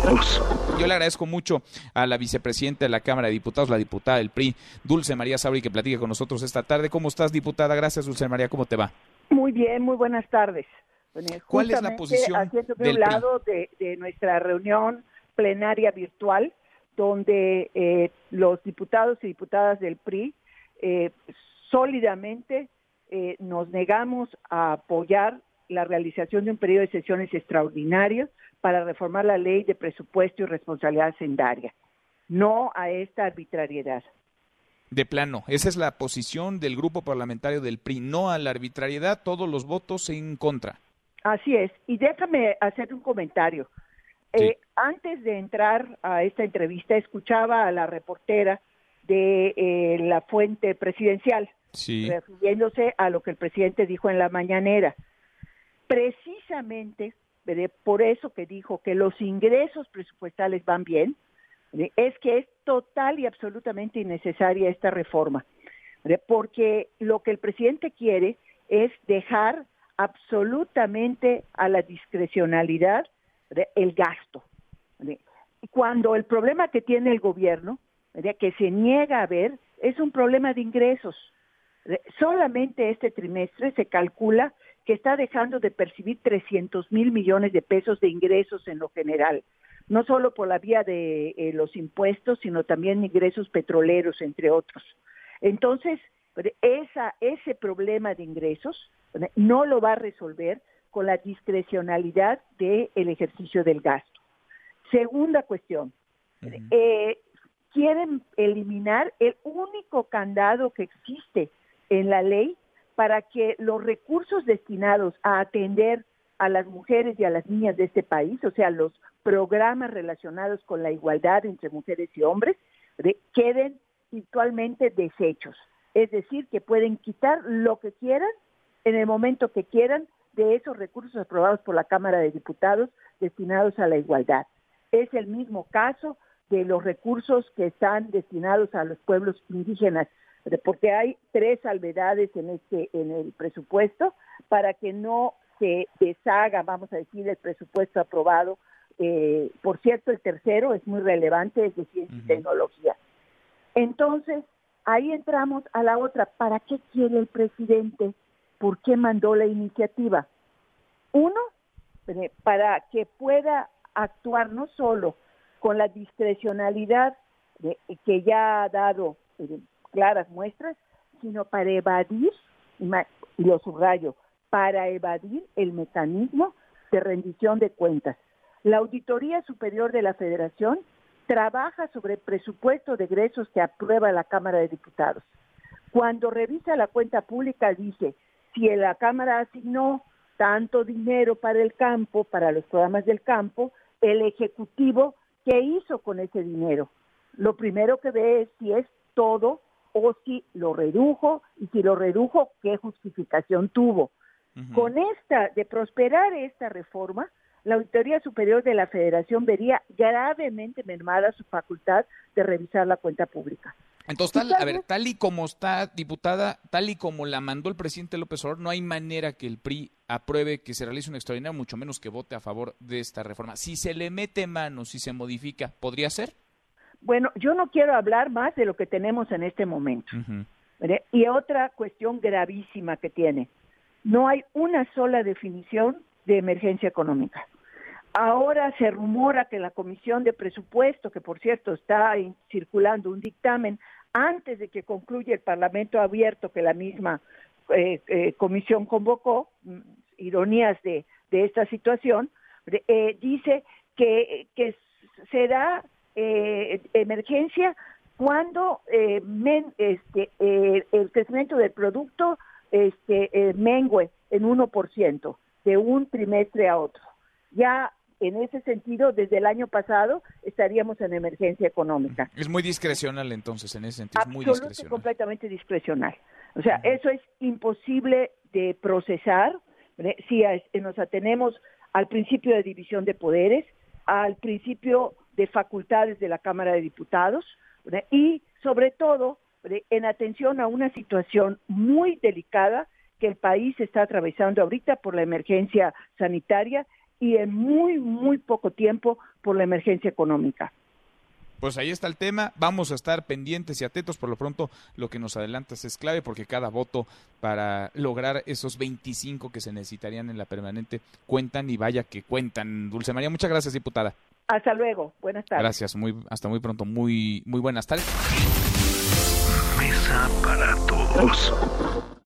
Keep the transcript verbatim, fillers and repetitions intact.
nosotros. Yo le agradezco mucho a la vicepresidenta de la Cámara de Diputados, la diputada del P R I, Dulce María Sauri, que platique con nosotros esta tarde. ¿Cómo estás, diputada? Gracias, Dulce María. ¿Cómo te va? Muy bien, muy buenas tardes. Bueno, ¿Cuál es la posición haciéndome del un lado de, de nuestra reunión plenaria virtual, donde eh, los diputados y diputadas del P R I eh, sólidamente eh, nos negamos a apoyar la realización de un periodo de sesiones extraordinarios para reformar la ley de presupuesto y responsabilidad hacendaria, no a esta arbitrariedad. De plano, esa es la posición del grupo parlamentario del P R I, no a la arbitrariedad, todos los votos en contra. Así es, y déjame hacer un comentario. Sí. Eh, antes de entrar a esta entrevista, escuchaba a la reportera de eh, la fuente presidencial, sí. refiriéndose a lo que el presidente dijo en la mañanera. Precisamente, ¿verdad?, por eso que dijo que los ingresos presupuestales van bien, ¿verdad?, es que es total y absolutamente innecesaria esta reforma, ¿verdad?, porque lo que el presidente quiere es dejar absolutamente a la discrecionalidad, ¿verdad?, el gasto, ¿verdad?, cuando el problema que tiene el gobierno, ¿verdad?, que se niega a ver, es un problema de ingresos. Solamente este trimestre se calcula que está dejando de percibir trescientos mil millones de pesos de ingresos en lo general, no solo por la vía de eh, los impuestos, sino también ingresos petroleros, entre otros. Entonces, esa, ese problema de ingresos no lo va a resolver con la discrecionalidad del ejercicio del gasto. Segunda cuestión, uh-huh. eh, quieren eliminar el único candado que existe en la ley para que los recursos destinados a atender a las mujeres y a las niñas de este país, o sea, los programas relacionados con la igualdad entre mujeres y hombres, de, queden virtualmente deshechos. Es decir, que pueden quitar lo que quieran en el momento que quieran de esos recursos aprobados por la Cámara de Diputados destinados a la igualdad. Es el mismo caso de los recursos que están destinados a los pueblos indígenas, porque hay tres salvedades en este en el presupuesto para que no se deshaga, vamos a decir, el presupuesto aprobado. Eh, por cierto, el tercero es muy relevante, es de ciencia uh-huh. y tecnología. Entonces, ahí entramos a la otra. ¿Para qué quiere el presidente? ¿Por qué mandó la iniciativa? Uno, para que pueda actuar no solo con la discrecionalidad de, que ya ha dado eh, claras muestras, sino para evadir, y lo subrayo, para evadir el mecanismo de rendición de cuentas. La Auditoría Superior de la Federación trabaja sobre el presupuesto de egresos que aprueba la Cámara de Diputados. Cuando revisa la cuenta pública dice, si la Cámara asignó tanto dinero para el campo, para los programas del campo, el Ejecutivo, ¿qué hizo con ese dinero? Lo primero que ve es si es todo o si lo redujo, y si lo redujo, ¿qué justificación tuvo? Uh-huh. Con esta, de prosperar esta reforma, la Auditoría Superior de la Federación vería gravemente mermada su facultad de revisar la cuenta pública. Entonces, tal, a ver, tal y como está, diputada, tal y como la mandó el presidente López Obrador, no hay manera que el P R I apruebe que se realice un extraordinario, mucho menos que vote a favor de esta reforma. Si se le mete mano, si se modifica, ¿podría ser? Bueno, yo no quiero hablar más de lo que tenemos en este momento. Uh-huh. Y otra cuestión gravísima que tiene, no hay una sola definición de emergencia económica. Ahora se rumora que la Comisión de Presupuesto, que por cierto está circulando un dictamen antes de que concluya el Parlamento abierto que la misma eh, eh, comisión convocó, ironías de, de esta situación, eh, dice que, que será eh, emergencia cuando eh, men, este, eh, el crecimiento del producto este, eh, mengue en uno por ciento de un trimestre a otro. Ya en ese sentido, desde el año pasado estaríamos en emergencia económica. Es muy discrecional entonces, en ese sentido, es muy Absoluto, discrecional. Completamente discrecional. O sea, uh-huh. eso es imposible de procesar si nos atenemos al principio de división de poderes, al principio de facultades de la Cámara de Diputados, ¿verdad?, y sobre todo, ¿verdad?, en atención a una situación muy delicada que el país está atravesando ahorita por la emergencia sanitaria y en muy, muy poco tiempo por la emergencia económica. Pues ahí está el tema, vamos a estar pendientes y atentos. Por lo pronto, lo que nos adelantas es clave, porque cada voto para lograr esos veinticinco que se necesitarían en la permanente cuentan, y vaya que cuentan. Dulce María, muchas gracias, diputada. Hasta luego, buenas tardes. Gracias, muy, hasta muy pronto, muy, muy buenas tardes. Mesa para todos.